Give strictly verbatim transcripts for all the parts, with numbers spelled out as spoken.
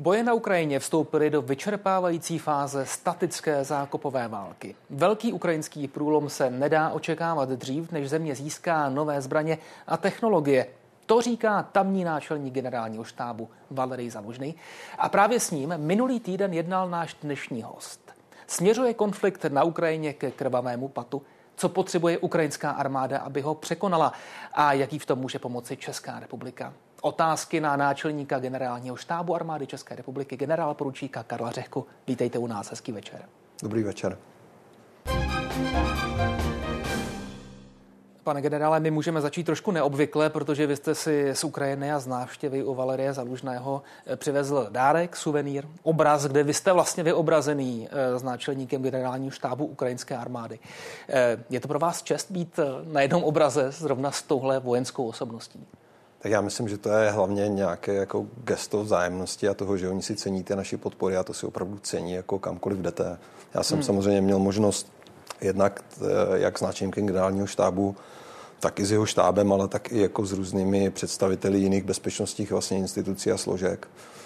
Boje na Ukrajině vstoupily do vyčerpávající fáze statické zákopové války. Velký ukrajinský průlom se nedá očekávat dřív, než země získá nové zbraně a technologie. To říká tamní náčelník generálního štábu Valerij Zalužný. A právě s ním minulý týden jednal náš dnešní host. Směřuje konflikt na Ukrajině ke krvavému patu? Co potřebuje ukrajinská armáda, aby ho překonala? A jaký v tom může pomoci Česká republika? Otázky na náčelníka generálního štábu armády České republiky, generál poručíka Karla Řehku. Vítejte u nás, hezký večer. Dobrý večer. Pane generále, my můžeme začít trošku neobvykle, protože vy jste si z Ukrajiny a z návštěvy u Valerije Zalužného přivezl dárek, suvenýr, obraz, kde vy jste vlastně vyobrazený s náčelníkem generálního štábu ukrajinské armády. Je to pro vás čest být na jednom obraze zrovna s touhle vojenskou osobností? Tak já myslím, že to je hlavně nějaké jako gesto vzájemnosti a toho, že oni si cení ty naši podpory a to si opravdu cení, jako kamkoliv jdete. Já jsem hmm. samozřejmě měl možnost jednak jak s náčelníkem generálního štábu, tak i s jeho štábem, ale tak i jako s různými představiteli jiných bezpečnostních vlastně institucí a složek.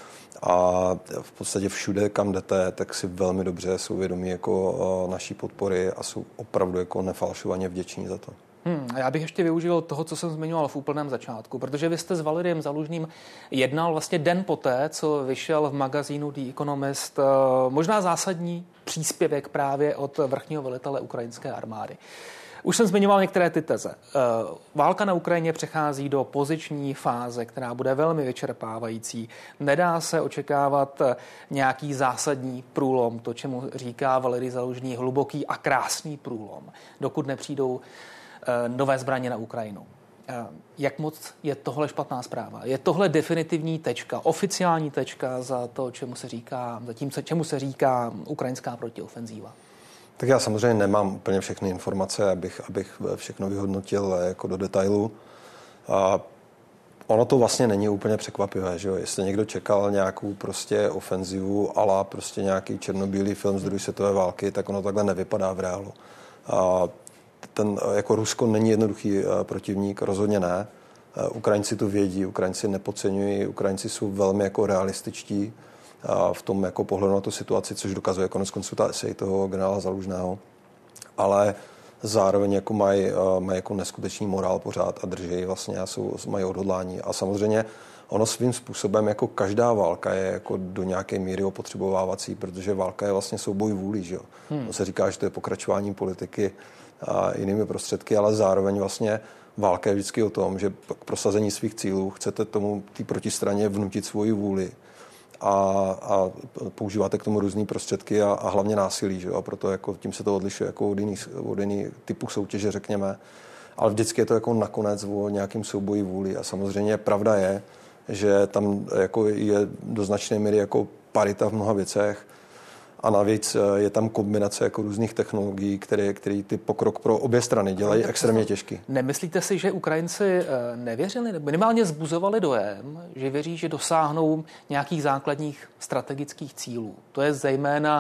A v podstatě všude, kam jdete, tak si velmi dobře jsou vědomí jako naší podpory a jsou opravdu jako nefalšovaně vděční za to. Hmm, a já bych ještě využil toho, co jsem zmiňoval v úplném začátku, protože vy jste s Valerijem Zalužným jednal vlastně den poté, co vyšel v magazínu The Economist možná zásadní příspěvek právě od vrchního velitele ukrajinské armády. Už jsem zmiňoval některé ty teze. Válka na Ukrajině přechází do poziční fáze, která bude velmi vyčerpávající. Nedá se očekávat nějaký zásadní průlom, to, čemu říká Valerij Zalužný, hluboký a krásný průlom, dokud nepřijdou nové zbraně na Ukrajinu. Jak moc je tohle špatná zpráva? Je tohle definitivní tečka, oficiální tečka za to, čemu se říká, za tím, čemu se říká ukrajinská protiofenzíva? Tak já samozřejmě nemám úplně všechny informace, abych, abych všechno vyhodnotil jako do detailu. A ono to vlastně není úplně překvapivé, že jo? Jestli někdo čekal nějakou prostě ofenzivu ala prostě nějaký černobílý film z druhé světové války, tak ono takhle nevypadá v reálu. A ten jako Rusko není jednoduchý protivník, rozhodně ne. Ukrajinci to vědí, Ukrajinci nepodceňují, Ukrajinci jsou velmi jako realističtí v tom jako pohledu na tu situaci, což dokazuje konec konců ta esej toho generála Zalužného. Ale zároveň jako mají, mají jako neskutečný morál pořád a drží vlastně a jsou, mají odhodlání. A samozřejmě ono svým způsobem jako každá válka je jako do nějaké míry opotřebovávací, protože válka je vlastně souboj vůlí, že jo. Hmm. To se říká, že to je pokračování politiky a jinými prostředky, ale zároveň vlastně válka je vždycky o tom, že k prosazení svých cílů chcete tomu té protistraně vnutit svoji vůli a, a používáte k tomu různý prostředky a, a hlavně násilí, že jo? A proto jako tím se to odlišuje jako od jiných, od jiných typů soutěže, řekněme. Ale vždycky je to jako nakonec o nějakým souboji vůli a samozřejmě pravda je, že tam jako je do značné míry jako parita v mnoha věcech. A navíc je tam kombinace jako různých technologií, které, které ty pokrok pro obě strany dělají extrémně těžký. Nemyslíte si, že Ukrajinci nevěřili, nebo minimálně zbuzovali dojem, že věří, že dosáhnou nějakých základních strategických cílů? To je zejména,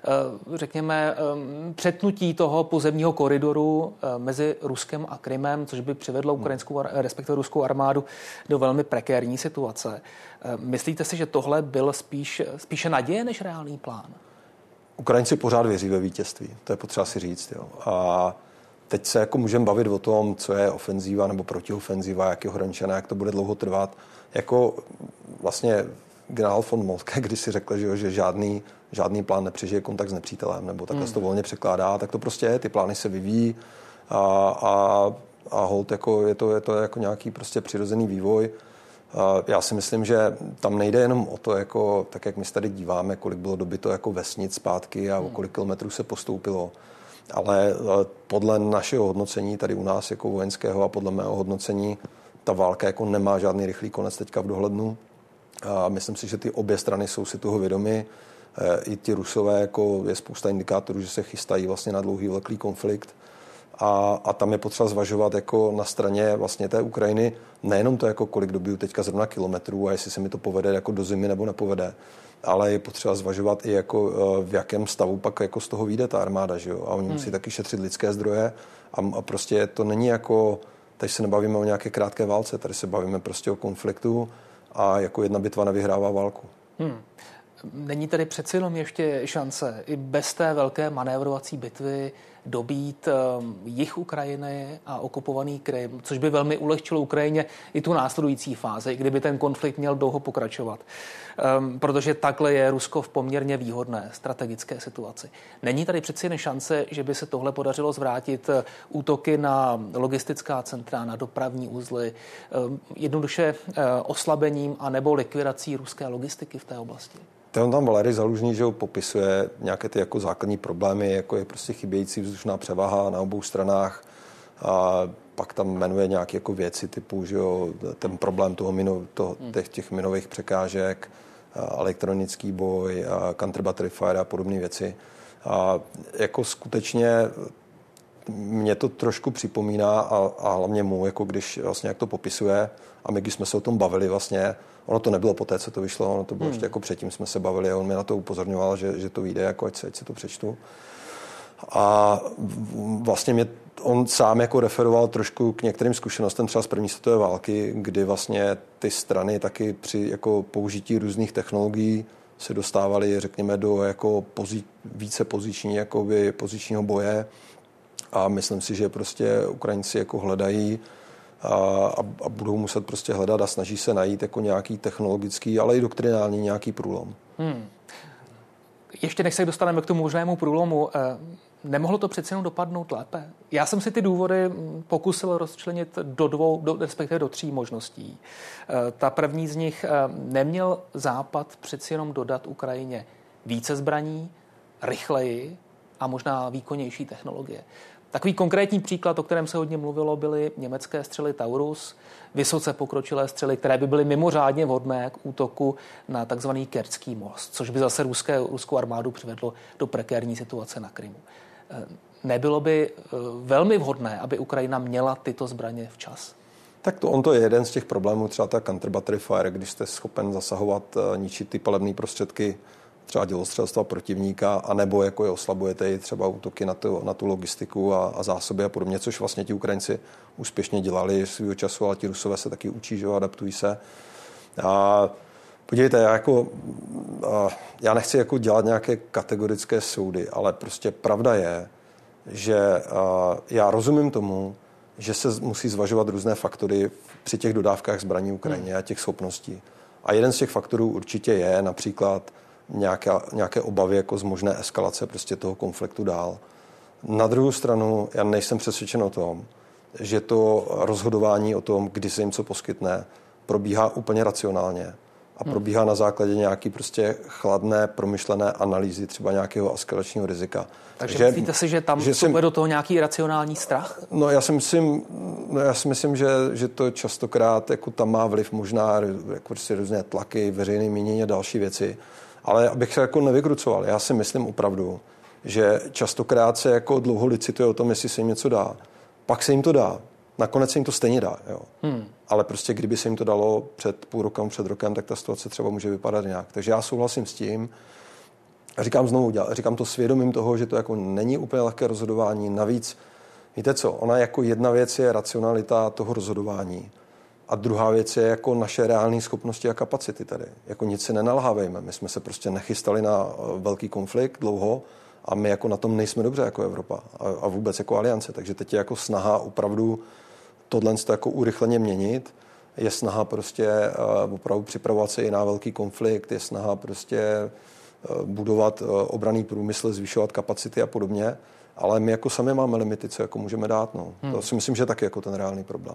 řekněme, přetnutí toho pozemního koridoru mezi Ruskem a Krymem, což by přivedlo ukrajinskou, respektive ruskou armádu do velmi prekérní situace. Myslíte si, že tohle byl spíš, spíše naděje než reálný plán? Ukrajinci pořád věří ve vítězství, to je potřeba si říct. Jo. A teď se jako můžeme bavit o tom, co je ofenzíva nebo protiofenzíva, jak je ohraničená, jak to bude dlouho trvat. Jako vlastně generál von Moltke, když si řekl, že, že žádný, žádný plán nepřežije kontakt s nepřítelem, nebo takhle hmm. to volně překládá, tak to prostě je, ty plány se vyvíjí a, a, a hold jako je to, je to jako nějaký prostě přirozený vývoj. Já si myslím, že tam nejde jenom o to, jako, tak jak my se tady díváme, kolik bylo dobyto jako vesnic zpátky a o kolik kilometrů se postoupilo. Ale podle našeho hodnocení tady u nás jako vojenského a podle mého hodnocení ta válka jako nemá žádný rychlý konec teďka v dohlednu. A myslím si, že ty obě strany jsou si toho vědomi. I ti Rusové, jako je spousta indikátorů, že se chystají vlastně na dlouhý vleklý konflikt. A, a tam je potřeba zvažovat jako na straně vlastně té Ukrajiny nejenom to, jako kolik dobiju teďka zrovna kilometrů a jestli se mi to povede jako do zimy nebo nepovede, ale je potřeba zvažovat i jako v jakém stavu pak jako z toho vyjde ta armáda, že jo? A oni hmm. musí taky šetřit lidské zdroje a, a prostě to není jako, tady se nebavíme o nějaké krátké válce, tady se bavíme prostě o konfliktu a jako jedna bitva nevyhrává válku. Hmm. Není tedy přeci jenom ještě šance i bez té velké manévrovací bitvy dobít um, jih Ukrajiny a okupovaný Krym, což by velmi ulehčilo Ukrajině i tu následující fázi, kdyby ten konflikt měl dlouho pokračovat. Um, protože takhle je Rusko v poměrně výhodné strategické situaci. Není tady přeci jen šance, že by se tohle podařilo zvrátit útoky na logistická centra, na dopravní uzly, um, jednoduše uh, oslabením a nebo likvidací ruské logistiky v té oblasti? On tam Valerij Zaluzný, že ho popisuje nějaké ty jako základní problémy, jako je prostě chybějící vzdušná převaha na obou stranách. A pak tam jmenuje nějaké jako věci typu, že jo, ten problém toho mino, toho, těch, těch minových překážek, elektronický boj, counter battery fire a podobné věci. A jako skutečně mě to trošku připomíná a, a hlavně mu, jako když vlastně jak to popisuje a my, když jsme se o tom bavili vlastně, ono to nebylo po té, co to vyšlo, ono to bylo hmm. ještě jako předtím jsme se bavili a on mě na to upozorňoval, že, že to vyjde, jako ať, se, ať si to přečtu. A vlastně mě on sám jako referoval trošku k některým zkušenostem třeba z první světové války, kdy vlastně ty strany taky při jako použití různých technologií se dostávaly, řekněme, do jako pozí, více poziční, jakoby pozičního boje. A myslím si, že prostě Ukrajinci jako hledají a, a budou muset prostě hledat a snaží se najít jako nějaký technologický, ale i doktrinální nějaký průlom. Hmm. Ještě než se dostaneme k tomu možnému průlomu, nemohlo to přece jenom dopadnout lépe? Já jsem si ty důvody pokusil rozčlenit do dvou, do, respektive do tří možností. Ta první z nich, neměl Západ přeci jenom dodat Ukrajině více zbraní, rychleji a možná výkonnější technologie. Takový konkrétní příklad, o kterém se hodně mluvilo, byly německé střely Taurus, vysoce pokročilé střely, které by byly mimořádně vhodné k útoku na takzvaný Kerčský most, což by zase ruské, ruskou armádu přivedlo do prekérní situace na Krymu. Nebylo by velmi vhodné, aby Ukrajina měla tyto zbraně včas? Tak to on to je jeden z těch problémů, třeba ta counter battery fire, když jste schopen zasahovat, ničit ty palebné prostředky, třeba dělostřelstva protivníka, anebo jako je oslabujete i třeba útoky na tu, na tu logistiku a, a zásoby a podobně, což vlastně ti Ukrajinci úspěšně dělali svýho času, ale ti Rusové se taky učí, že adaptují se. A podívejte, já, jako, a, já nechci jako dělat nějaké kategorické soudy, ale prostě pravda je, že a, já rozumím tomu, že se musí zvažovat různé faktory při těch dodávkách zbraní Ukrajině hmm. a těch schopností. A jeden z těch faktorů určitě je například Nějaké, nějaké obavy jako z možné eskalace prostě toho konfliktu dál. Na druhou stranu já nejsem přesvědčen o tom, že to rozhodování o tom, kdy se jim co poskytne, probíhá úplně racionálně a probíhá na základě nějaký prostě chladné, promyšlené analýzy třeba nějakého eskalačního rizika. Takže myslíte si, že tam vstupuje do toho nějaký racionální strach? No já si myslím, no já si myslím, že, že to častokrát jako tam má vliv možná jako prostě různé tlaky, veřejné mínění a další věci. Ale abych se jako nevykrucoval, já si myslím opravdu, že častokrát se jako dlouho licituje o tom, jestli se jim něco dá. Pak se jim to dá. Nakonec se jim to stejně dá. Jo. Hmm. Ale prostě kdyby se jim to dalo před půl rokem, před rokem, tak ta situace třeba může vypadat nějak. Takže já souhlasím s tím. Říkám znovu, říkám to svědomím toho, že to jako není úplně lehké rozhodování. Navíc, víte co, ona jako jedna věc je racionalita toho rozhodování. A druhá věc je jako naše reální schopnosti a kapacity tady. Jako nic si nenalhávejme. My jsme se prostě nechystali na velký konflikt dlouho a my jako na tom nejsme dobře jako Evropa a, a vůbec jako aliance. Takže teď je jako snaha opravdu tohle jako urychleně měnit. Je snaha prostě uh, opravdu připravovat se i na velký konflikt. Je snaha prostě uh, budovat uh, obranný průmysl, zvyšovat kapacity a podobně. Ale my jako sami máme limity, co jako můžeme dát. No. Hmm. To si myslím, že je taky jako ten reálný problém.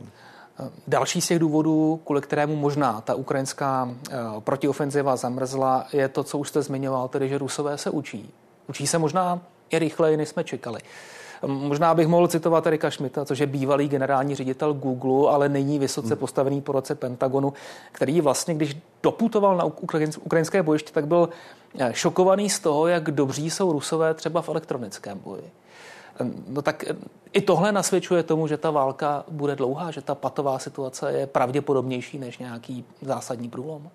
Další z těch důvodů, kvůli kterému možná ta ukrajinská protiofenziva zamrzla, je to, co už jste zmiňoval, tedy že Rusové se učí. Učí se možná i rychleji, než jsme čekali. Možná bych mohl citovat Erika Schmidta, což je bývalý generální ředitel Google, ale není vysoce postavený po roce Pentagonu, který vlastně, když doputoval na ukrajinské bojiště, tak byl šokovaný z toho, jak dobří jsou Rusové třeba v elektronickém boji. No tak i tohle nasvědčuje tomu, že ta válka bude dlouhá, že ta patová situace je pravděpodobnější než nějaký zásadní průlom.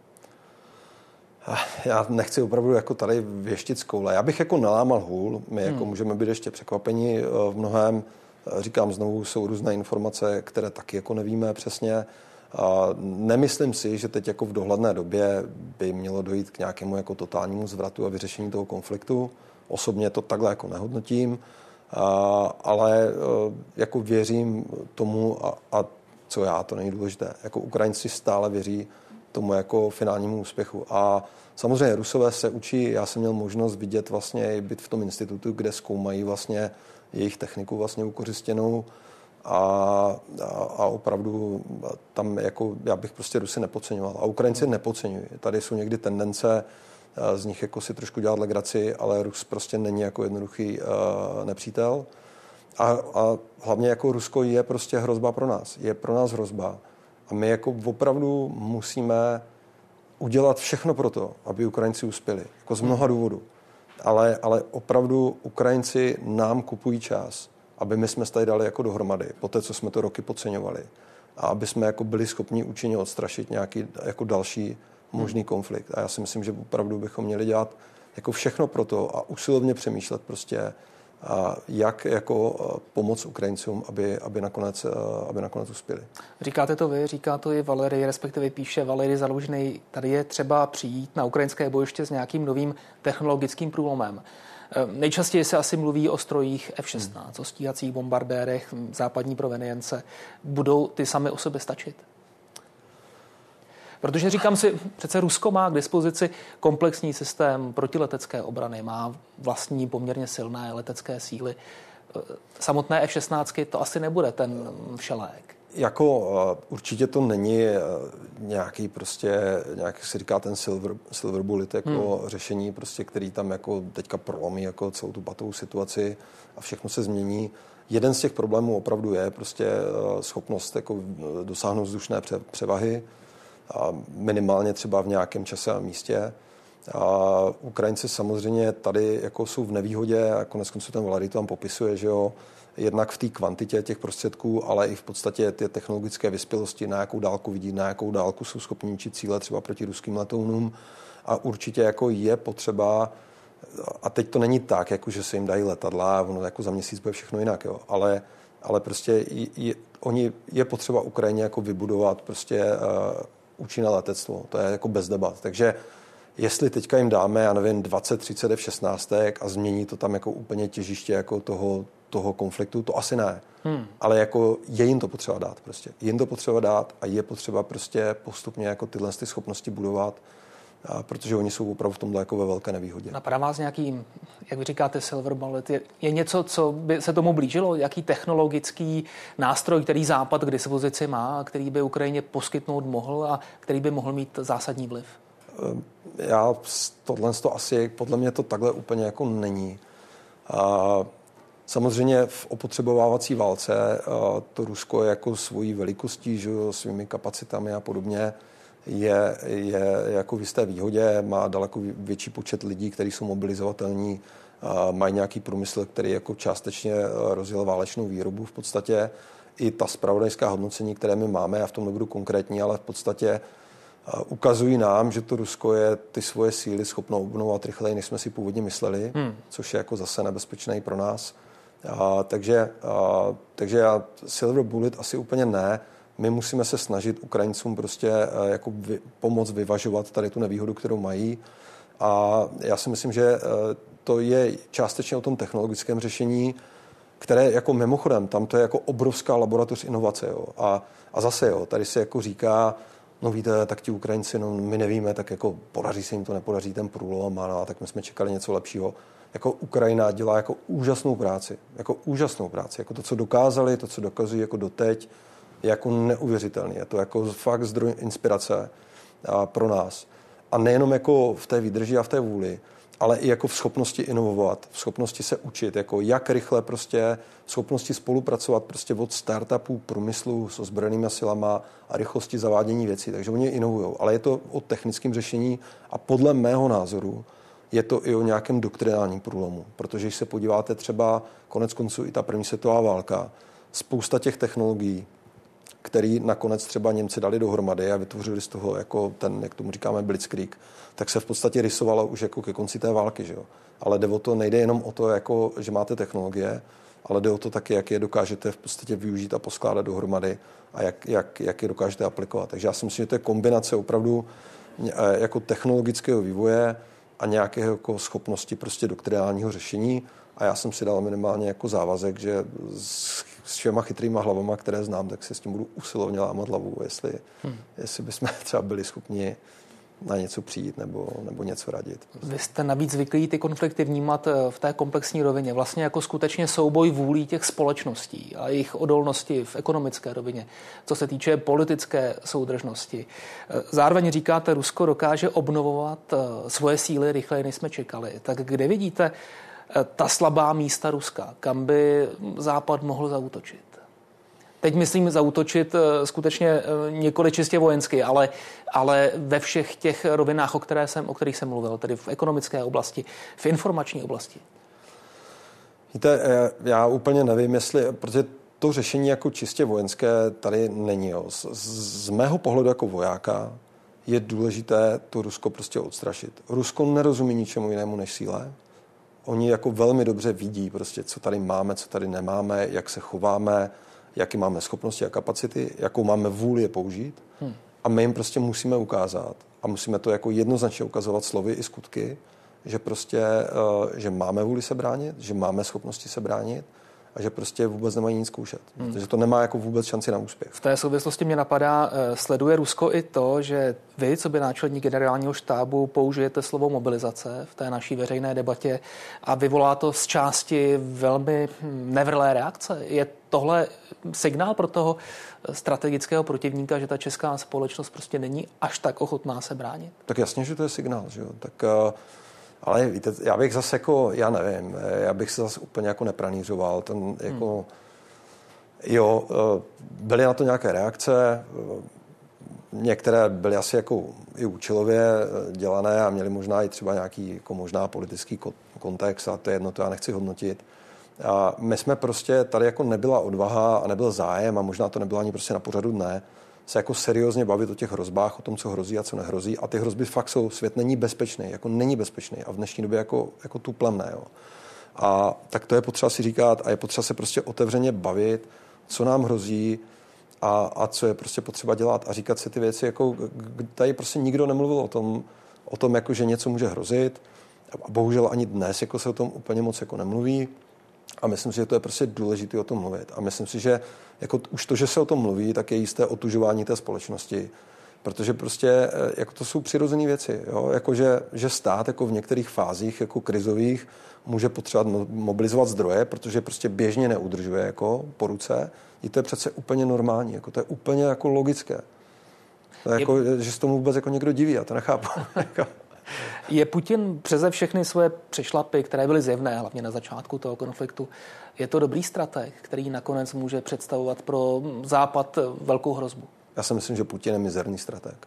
Já nechci opravdu jako tady věštit z koule. Já bych jako nelámal hůl. My jako hmm. můžeme být ještě překvapeni v mnohém. Říkám znovu, jsou různé informace, které taky jako nevíme přesně. A nemyslím si, že teď jako v dohledné době by mělo dojít k nějakému jako totálnímu zvratu a vyřešení toho konfliktu. Osobně to takhle jako nehodnotím, a, ale jako věřím tomu a, a co já, to není důležité. Jako Ukrajinci stále věří tomu jako finálnímu úspěchu. A samozřejmě Rusové se učí, já jsem měl možnost vidět vlastně být v tom institutu, kde zkoumají vlastně jejich techniku vlastně ukořistěnou a, a, a opravdu tam jako já bych prostě Rusy nepodceňoval. A Ukrajinci hmm. nepodceňují. Tady jsou někdy tendence z nich jako si trošku dělat legraci, ale Rus prostě není jako jednoduchý uh, nepřítel. A, a hlavně jako Rusko je prostě hrozba pro nás. Je pro nás hrozba. A my jako opravdu musíme udělat všechno pro to, aby Ukrajinci uspěli. Jako z mnoha důvodů. Ale, ale opravdu Ukrajinci nám kupují čas, aby my jsme se tady dali jako dohromady, po té, co jsme to roky podceňovali. A aby jsme jako byli schopni účinně odstrašit nějaký jako další možný konflikt. A já si myslím, že opravdu bychom měli dělat jako všechno pro to a usilovně přemýšlet prostě, a jak jako pomoct Ukrajincům, aby, aby, nakonec, aby nakonec uspěli. Říkáte to vy, říká to i Valery, respektive píše Valery Zalužnej, tady je třeba přijít na ukrajinské bojiště s nějakým novým technologickým průlomem. Nejčastěji se asi mluví o strojích F šestnáct, hmm. o stíhacích bombardérech západní provenience. Budou ty sami o sobě stačit? Protože říkám si, přece Rusko má k dispozici komplexní systém protiletecké obrany, má vlastní poměrně silné letecké síly. Samotné F šestnáct to asi nebude ten všelék. Jako uh, určitě to není uh, nějaký prostě, nějak si říká ten silver, silver bullet jako hmm. řešení, prostě, který tam jako teďka prolomí jako celou tu patovou situaci a všechno se změní. Jeden z těch problémů opravdu je prostě uh, schopnost jako dosáhnout vzdušné pře- převahy, a minimálně třeba v nějakém čase a místě. A Ukrajinci samozřejmě tady jako jsou v nevýhodě a konec konců ten Valery to tam popisuje, že jo, jednak v té kvantitě těch prostředků, ale i v podstatě ty technologické vyspělosti, na jakou dálku vidí, na jakou dálku jsou schopni ničit cíle třeba proti ruským letounům. A určitě jako je potřeba, a teď to není tak, jako že se jim dají letadla a ono jako za měsíc bude všechno jinak, jo, ale, ale prostě je, oni, je potřeba Ukrajině jako vybudovat prostě uh, účinné letectvo. To je jako bez debat. Takže jestli teďka jim dáme, já nevím, dvacet třicet F šestnáct a změní to tam jako úplně těžiště jako toho, toho konfliktu, to asi ne. Hmm. Ale jako je jim to potřeba dát prostě. Je jim to potřeba dát a je potřeba prostě postupně jako tyhle ty schopnosti budovat, a protože oni jsou opravdu v tomhle jako ve velké nevýhodě. Napadá vás nějaký, jak vy říkáte, silver bullet, je, je něco, co by se tomu blížilo? Jaký technologický nástroj, který Západ k dispozici má, který by Ukrajině poskytnout mohl a který by mohl mít zásadní vliv? Já tohle to asi, podle mě to takhle úplně jako není. A samozřejmě v opotřebovávací válce to Rusko je jako svojí velikostí, že, svými kapacitami a podobně, je, je jako v jisté výhodě, má daleko větší počet lidí, kteří jsou mobilizovatelní, mají nějaký průmysl, který jako částečně rozjel válečnou výrobu v podstatě. I ta zpravodajská hodnocení, které my máme, já v tom nebudu konkrétní, ale v podstatě ukazují nám, že to Rusko je ty svoje síly schopno obnovovat rychleji, než jsme si původně mysleli, hmm. což je jako zase nebezpečné pro nás. A, takže, a, takže já silver bullet asi úplně ne. My musíme se snažit Ukrajincům prostě jako vy, pomoct vyvažovat tady tu nevýhodu, kterou mají. A já si myslím, že to je částečně o tom technologickém řešení, které jako mimochodem, tam to je jako obrovská laboratoř inovace. Jo. A, a zase, jo, tady se jako říká, no víte, tak ti Ukrajinci, no my nevíme, tak jako podaří se jim to, nepodaří ten průlom, a no, tak my jsme čekali něco lepšího. Jako Ukrajina dělá jako úžasnou práci, jako úžasnou práci, jako to, co dokázali, to, co dokazují jako doteď, je jako neuvěřitelný. Je to jako fakt zdroj inspirace a pro nás. A nejenom jako v té výdrži a v té vůli, ale i jako v schopnosti inovovat, v schopnosti se učit, jako jak rychle prostě, v schopnosti spolupracovat prostě od startupů, průmyslu s ozbrojenými silama a rychlosti zavádění věcí. Takže oni inovují. Ale je to o technickém řešení a podle mého názoru je to i o nějakém doktrinálním průlomu. Protože když se podíváte třeba konec konců i ta první světová válka, spousta těch technologií, který nakonec třeba Němci dali dohromady a vytvořili z toho jako ten, jak tomu říkáme, blitzkrieg, tak se v podstatě rysovalo už jako ke konci té války, že jo. Ale jde o to, nejde jenom o to, jako, že máte technologie, ale jde o to taky, jak je dokážete v podstatě využít a poskládat dohromady a jak, jak, jak je dokážete aplikovat. Takže já si myslím, že to je kombinace opravdu jako technologického vývoje a nějaké jako schopnosti prostě doktrinálního řešení. A já jsem si dal minimálně jako závazek, že s, s všema chytrýma hlavama, které znám, tak si s tím budu usilovně lámat hlavu, jestli, hmm. jestli bychom třeba byli schopni na něco přijít nebo, nebo něco radit. Vy jste navíc zvyklí ty konflikty vnímat v té komplexní rovině, vlastně jako skutečně souboj vůlí těch společností a jejich odolnosti v ekonomické rovině, co se týče politické soudržnosti. Zároveň říkáte, Rusko dokáže obnovovat svoje síly rychleji, než jsme čekali. Tak kde vidíte ta slabá místa Ruska, kam by Západ mohl zaútočit? Teď myslím zaútočit skutečně nikoli čistě vojensky, ale, ale ve všech těch rovinách, o, které jsem, o kterých jsem mluvil, tedy v ekonomické oblasti, v informační oblasti. Víte, já úplně nevím, jestli, protože to řešení jako čistě vojenské tady není. Jo. Z, z mého pohledu jako vojáka je důležité to Rusko prostě odstrašit. Rusko nerozumí ničemu jinému než síle. Oni jako velmi dobře vidí prostě, co tady máme, co tady nemáme, jak se chováme, jaké máme schopnosti a kapacity, jakou máme vůli je použít. Hmm. A my jim prostě musíme ukázat a musíme to jako jednoznačně ukazovat slovy i skutky, že prostě, že máme vůli se bránit, že máme schopnosti se bránit a že prostě vůbec nemají nic zkoušet. Hmm. Protože to nemá jako vůbec šanci na úspěch. V té souvislosti mě napadá, sleduje Rusko i to, že vy, co by náčelník generálního štábu, použijete slovo mobilizace v té naší veřejné debatě a vyvolá to z části velmi nevrlé reakce. Je tohle signál pro toho strategického protivníka, že ta česká společnost prostě není až tak ochotná se bránit? Tak jasně, že to je signál, že jo. Tak, ale víte, já bych zase jako, já nevím, já bych se zase úplně jako nepranířoval. Ten jako, hmm. jo, byly na to nějaké reakce, některé byly asi jako i účelově dělané a měly možná i třeba nějaký jako možná politický kontext a to je jedno, to já nechci hodnotit. A my jsme prostě, tady jako nebyla odvaha a nebyl zájem a možná to nebylo ani prostě na pořadu dne, se jako seriózně bavit o těch hrozbách, o tom, co hrozí a co nehrozí. A ty hrozby fakt jsou, svět není bezpečný, jako není bezpečný a v dnešní době jako, jako tuplemné. Jo. A tak to je potřeba si říkat a je potřeba se prostě otevřeně bavit, co nám hrozí a, a co je prostě potřeba dělat a říkat si ty věci, jako tady prostě nikdo nemluvil o tom, o tom jako, že něco může hrozit a bohužel ani dnes jako se o tom úplně moc jako nemluví. A myslím si, že to je prostě důležité o tom mluvit. A myslím si, že jako už to, že se o tom mluví, tak je jisté otužování té společnosti. Protože prostě jako to jsou přirozené věci. Jo? Jako že, že stát jako v některých fázích jako krizových může potřebovat mobilizovat zdroje, protože prostě běžně neudržuje jako po ruce. I to je přece úplně normální. Jako to je úplně jako logické. To je jako, je... že se tomu vůbec jako někdo diví. Já to nechápu. Je Putin přeze všechny svoje přešlapy, které byly zjevné, hlavně na začátku toho konfliktu, je to dobrý strateg, který nakonec může představovat pro Západ velkou hrozbu? Já si myslím, že Putin je mizerný strateg.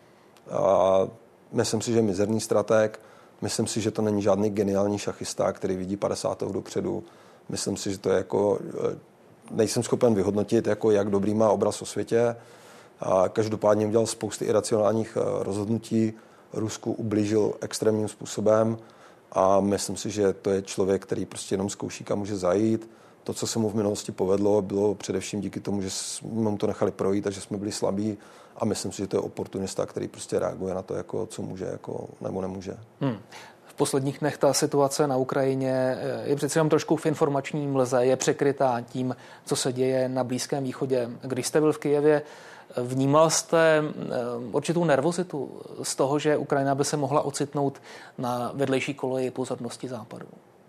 A myslím si, že je mizerný strateg. Myslím si, že to není žádný geniální šachista, který vidí padesát let dopředu. Myslím si, že to je jako... Nejsem schopen vyhodnotit, jako jak dobrý má obraz o světě. A každopádně udělal spousty iracionálních rozhodnutí. Rusku ublížil extrémním způsobem a myslím si, že to je člověk, který prostě jenom zkouší, kam může zajít. To, co se mu v minulosti povedlo, bylo především díky tomu, že jsme mu to nechali projít a že jsme byli slabí a myslím si, že to je oportunista, který prostě reaguje na to, jako, co může jako, nebo nemůže. Hmm. V posledních dnech ta situace na Ukrajině je přece jenom trošku v informační mlze, je překrytá tím, co se děje na Blízkém východě. Když jste byl v Kyjevě, vnímal jste určitou nervozitu z toho, že Ukrajina by se mohla ocitnout na vedlejší koleji pozornosti Západu?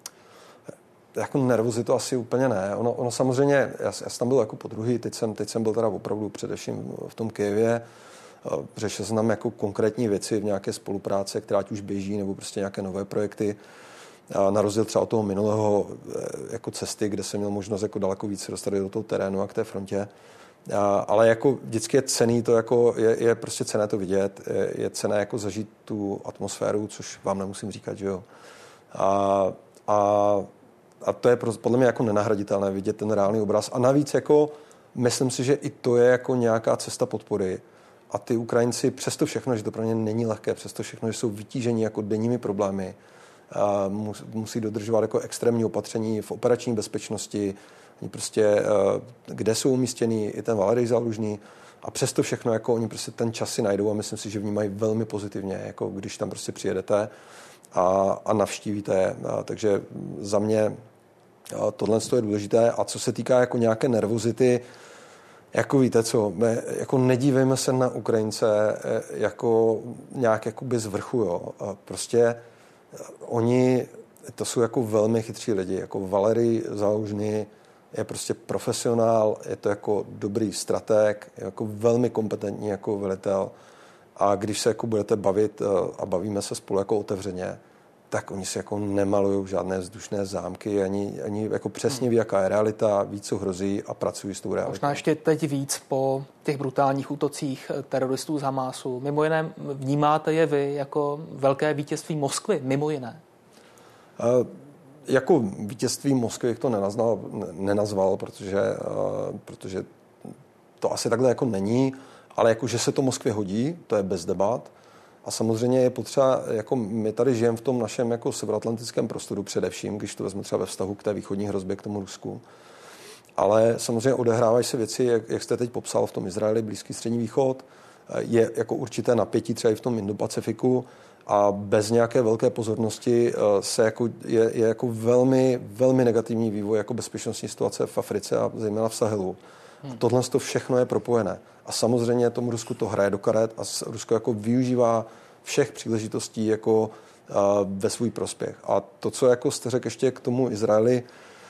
Jako nervozitu asi úplně ne. Ono, ono samozřejmě, já, já jsem tam byl jako po druhý, teď jsem, teď jsem byl teda opravdu především v tom Kyjevě. Řešil jsem tam jako konkrétní věci v nějaké spolupráce, která ať už běží, nebo prostě nějaké nové projekty. A na rozdíl třeba od toho minulého jako cesty, kde jsem měl možnost jako daleko víc dostat do toho terénu a k té frontě. A, ale jako vždycky je cenný to jako, je, je prostě cenné to vidět, je, je cenné jako zažít tu atmosféru, což vám nemusím říkat, že jo. A, a, a to je podle mě jako nenahraditelné vidět ten reálný obraz. A navíc jako myslím si, že i to je jako nějaká cesta podpory. A ty Ukrajinci přesto všechno, že to pro ně není lehké, přesto všechno, že jsou vytíženi jako denními problémy, musí dodržovat jako extrémní opatření v operační bezpečnosti, oni prostě, kde jsou umístěný i ten Valerij Zálužný, a přesto všechno, jako oni prostě ten čas si najdou a myslím si, že vnímají velmi pozitivně, jako když tam prostě přijedete a, a navštívíte je. A takže za mě tohle je důležité. A co se týká jako nějaké nervozity, jako víte co, my, jako nedívejme se na Ukrajince jako nějak jakoby z vrchu, jo. A prostě oni, to jsou jako velmi chytří lidi, jako Valerij Zálužný je prostě profesionál, je to jako dobrý strateg, je jako velmi kompetentní jako velitel a když se jako budete bavit a bavíme se spolu jako otevřeně, tak oni si jako nemalujou žádné vzdušné zámky, ani, ani jako přesně ví, jaká je realita, ví, co hrozí a pracují s tou realitou. Možná ještě teď víc po těch brutálních útocích teroristů z Hamásu. Mimo jiné, vnímáte je vy jako velké vítězství Moskvy, mimo jiné? Uh, Jako vítězství Moskvy to nenazval, nenazval protože, uh, protože to asi takhle jako není, ale jako, že se to Moskvě hodí, to je bez debat. A samozřejmě je potřeba, jako my tady žijeme v tom našem jako severoatlantickém prostoru především, když to vezmu třeba ve vztahu k té východní hrozbě, k tomu Rusku. Ale samozřejmě odehrávají se věci, jak, jak jste teď popsal v tom Izraeli, Blízký střední východ, je jako určité napětí třeba i v tom Indo-Pacifiku, a bez nějaké velké pozornosti se jako je, je jako velmi, velmi negativní vývoj jako bezpečnostní situace v Africe a zejména v Sahelu. Hmm. Tohle to všechno je propojené. A samozřejmě tomu Rusku to hraje do karet a Rusko jako využívá všech příležitostí jako uh, ve svůj prospěch. A to, co jako jste řekl ještě k tomu Izraeli,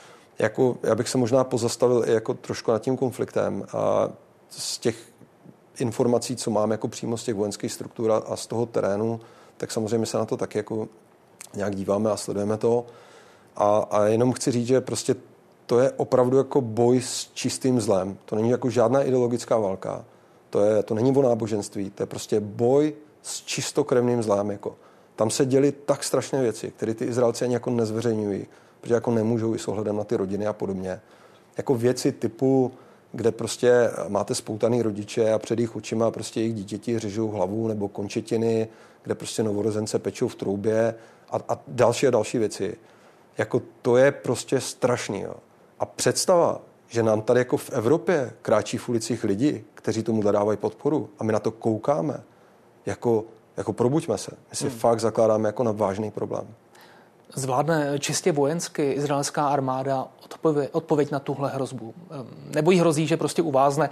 jako já bych se možná pozastavil i jako trošku nad tím konfliktem. A z těch informací, co mám jako přímo z těch vojenských struktur a z toho terénu, tak samozřejmě se na to taky jako nějak díváme a sledujeme to. A, a jenom chci říct, že prostě to je opravdu jako boj s čistým zlem. To není jako žádná ideologická válka. To, je, to není o náboženství. To je prostě boj s čistokrevným zlem. Jako. Tam se děly tak strašné věci, které ty Izraelci ani jako nezveřejňují, protože jako nemůžou i s ohledem na ty rodiny a podobně. Jako věci typu, kde prostě máte spoutaný rodiče a před jejich očima prostě jejich dítěti řežou hlavu nebo končetiny, kde prostě novorozence pečou v troubě a, a další a další věci. Jako to je prostě strašný. Jo. A představa, že nám tady jako v Evropě kráčí v ulicích lidi, kteří tomu dávají podporu a my na to koukáme, jako, jako probuďme se. My si hmm. fakt zakládáme jako na vážný problém. Zvládne čistě vojensky izraelská armáda odpověď, odpověď na tuhle hrozbu? Nebo jí hrozí, že prostě uvázne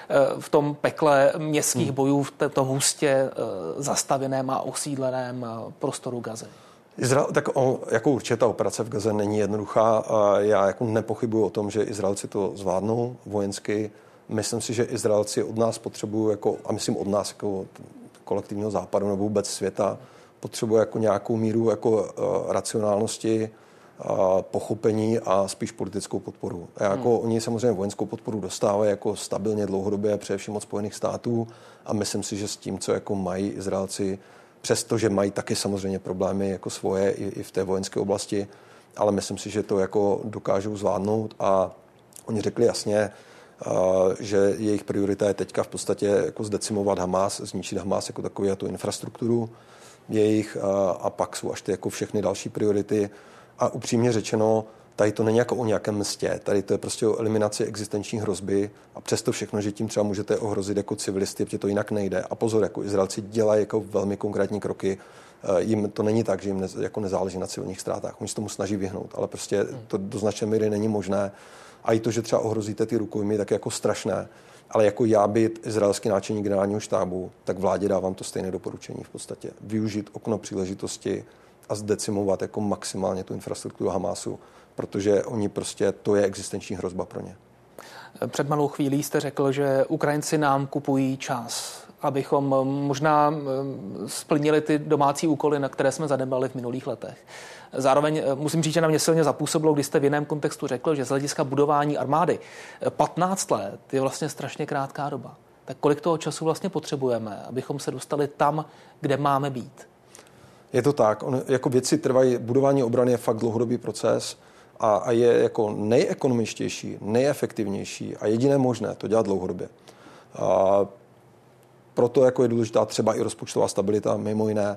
v tom pekle městských hmm. bojů, v tom hustě zastavěném a osídleném prostoru Gazy? Izrael, tak on, jako určitě ta operace v Gaze není jednoduchá. Já jako nepochybuji o tom, že Izraelci to zvládnou vojensky. Myslím si, že Izraelci od nás potřebují, jako, a myslím od nás jako kolektivního západu nebo vůbec světa, potřebuje jako nějakou míru jako uh, racionálnosti, uh, pochopení a spíš politickou podporu. A jako hmm. oni samozřejmě vojenskou podporu dostávají jako stabilně dlouhodobě, především od Spojených států a myslím si, že s tím, co jako mají Izraelci, přestože mají taky samozřejmě problémy jako svoje i, i v té vojenské oblasti, ale myslím si, že to jako dokážou zvládnout a oni řekli jasně, uh, že jejich priorita je teďka v podstatě jako zdecimovat Hamas, zničit Hamas jako takový a tu infrastrukturu jejich a, a pak jsou až ty jako všechny další priority a upřímně řečeno, tady to není jako o nějakém mstě, tady to je prostě o eliminaci existenční hrozby a přesto všechno, že tím třeba můžete ohrozit jako civilisty, protože to jinak nejde. A pozor, jako Izraelci dělají jako velmi konkrétní kroky, jim to není tak, že jim ne, jako nezáleží na civilních ztrátách, oni se tomu snaží vyhnout, ale prostě to do značné míry není možné a i to, že třeba ohrozíte ty rukojmí, tak je jako strašné. Ale jako já být izraelský náčelník generálního štábu, tak vládě dávám to stejné doporučení v podstatě. Využít okno příležitosti a zdecimovat jako maximálně tu infrastrukturu Hamásu, protože oni prostě, to je existenční hrozba pro ně. Před malou chvílí jste řekl, že Ukrajinci nám kupují čas, abychom možná splnili ty domácí úkoly, na které jsme zanedbali v minulých letech. Zároveň musím říct, že na mě silně zapůsobilo, když jste v jiném kontextu řekl, že z hlediska budování armády patnáct let je vlastně strašně krátká doba. Tak kolik toho času vlastně potřebujeme, abychom se dostali tam, kde máme být? Je to tak. On, jako věci trvají, budování obrany je fakt dlouhodobý proces a, a je jako nejekonomičtější, nejefektivnější a jediné možné to dělat dlouhodobě. A proto jako je důležitá třeba i rozpočtová stabilita, mimo jiné,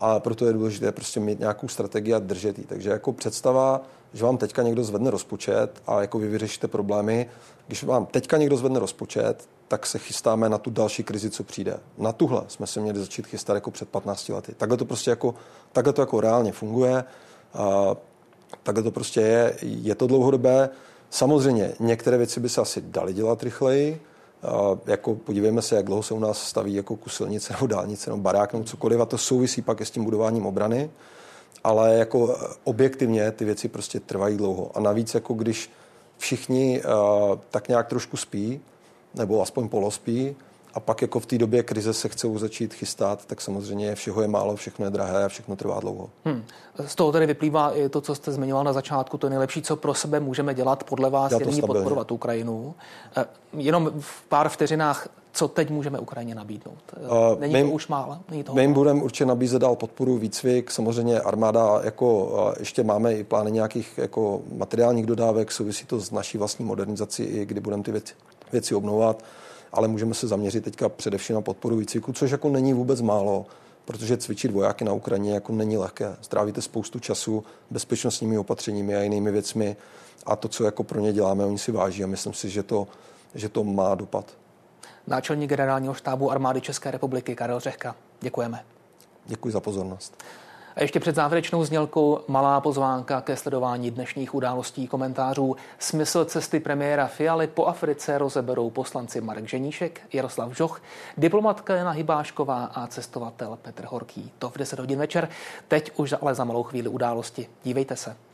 A proto je důležité prostě mít nějakou strategii a držet ji. Takže jako představa, že vám teďka někdo zvedne rozpočet a jako vy vyřešíte problémy, když vám teďka někdo zvedne rozpočet, tak se chystáme na tu další krizi, co přijde. Na tuhle jsme se měli začít chystat jako před patnácti lety. Takhle to prostě jako, takhle to jako reálně funguje. A takhle to prostě je. Je to dlouhodobé. Samozřejmě některé věci by se asi daly dělat rychleji. A jako podívejme se, jak dlouho se u nás staví jako kus silnice nebo dálnice nebo barák nebo cokoliv, a to souvisí pak i s tím budováním obrany, ale jako objektivně ty věci prostě trvají dlouho. A navíc jako když všichni uh, tak nějak trošku spí, nebo aspoň polospí, a pak jako v té době krize se chcou začít chystat, tak samozřejmě všeho je málo, všechno je drahé a všechno trvá dlouho. Hmm. Z toho tedy vyplývá i to, co jste zmiňoval na začátku, to nejlepší, co pro sebe můžeme dělat podle vás, je nyní podporovat Ukrajinu. Jenom v pár vteřinách, co teď můžeme Ukrajině nabídnout? Není my, to už málo? Není toho my jim budeme určitě nabízet dál podporu, výcvik, samozřejmě armáda, jako ještě máme i plány nějakých jako materiálních dodávek, souvisí to s naší vlastní modernizací, i kdy budeme ty věci, věci obnovovat. Ale můžeme se zaměřit teďka především na podporu výcviku, což jako není vůbec málo, protože cvičit vojáky na Ukrajině jako není lehké. Strávíte spoustu času bezpečnostními opatřeními a jinými věcmi a to, co jako pro ně děláme, oni si váží a myslím si, že to, že to má dopad. Náčelník generálního štábu armády České republiky Karel Řehka. Děkujeme. Děkuji za pozornost. A ještě před závěrečnou znělkou malá pozvánka ke sledování dnešních událostí komentářů. Smysl cesty premiéra Fialy po Africe rozeberou poslanci Marek Ženíšek, Jaroslav Žoch, diplomatka Jana Hybášková a cestovatel Petr Horký. To v deset hodin večer. Teď už ale za malou chvíli události. Dívejte se.